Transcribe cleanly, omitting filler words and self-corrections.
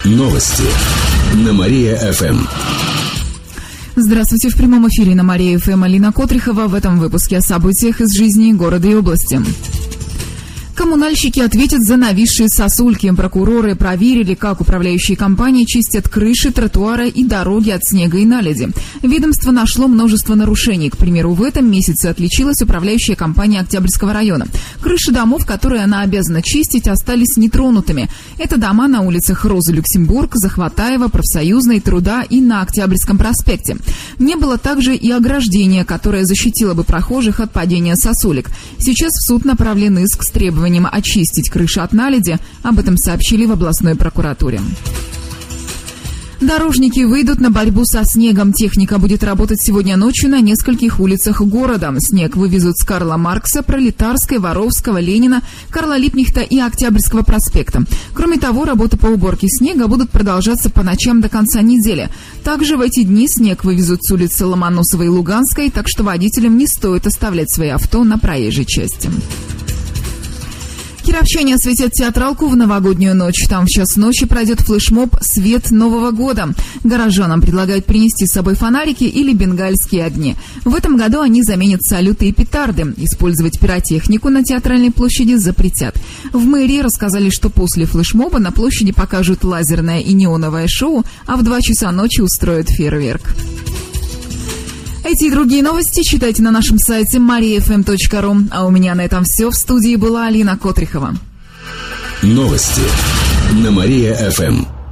Новости на Мария-ФМ. Здравствуйте, в прямом эфире на Мария-ФМ Алина Котрихова. В этом выпуске о событиях из жизни города и области. Коммунальщики ответят за нависшие сосульки. Прокуроры проверили, как управляющие компании чистят крыши, тротуары и дороги от снега и наледи. Ведомство нашло множество нарушений. К примеру, в этом месяце отличилась управляющая компания Октябрьского района. Крыши домов, которые она обязана чистить, остались нетронутыми. Это дома на улицах Розы Люксембург, Захватаева, Профсоюзной, Труда и на Октябрьском проспекте. Не было также и ограждения, которое защитило бы прохожих от падения сосулек. Сейчас в суд направлен иск с требованием очистить крыши от наледи. Об этом сообщили в областной прокуратуре. Дорожники выйдут на борьбу со снегом. Техника будет работать сегодня ночью на нескольких улицах города. Снег вывезут с Карла Маркса, Пролетарской, Воровского, Ленина, Карла Липкнехта и Октябрьского проспекта. Кроме того, работы по уборке снега будут продолжаться по ночам до конца недели. Также в эти дни снег вывезут с улицы Ломоносовой и Луганской, так что водителям не стоит оставлять свои авто на проезжей части. Кировчане осветят театралку в новогоднюю ночь. Там в час ночи пройдет флешмоб «Свет Нового года». Горожанам предлагают принести с собой фонарики или бенгальские огни. В этом году они заменят салюты и петарды. Использовать пиротехнику на театральной площади запретят. В мэрии рассказали, что после флешмоба на площади покажут лазерное и неоновое шоу, а в 2 часа ночи устроят фейерверк. Эти и другие новости читайте на нашем сайте mariafm.ru. А у меня на этом все. В студии была Алина Котрихова. Новости на Мария-ФМ.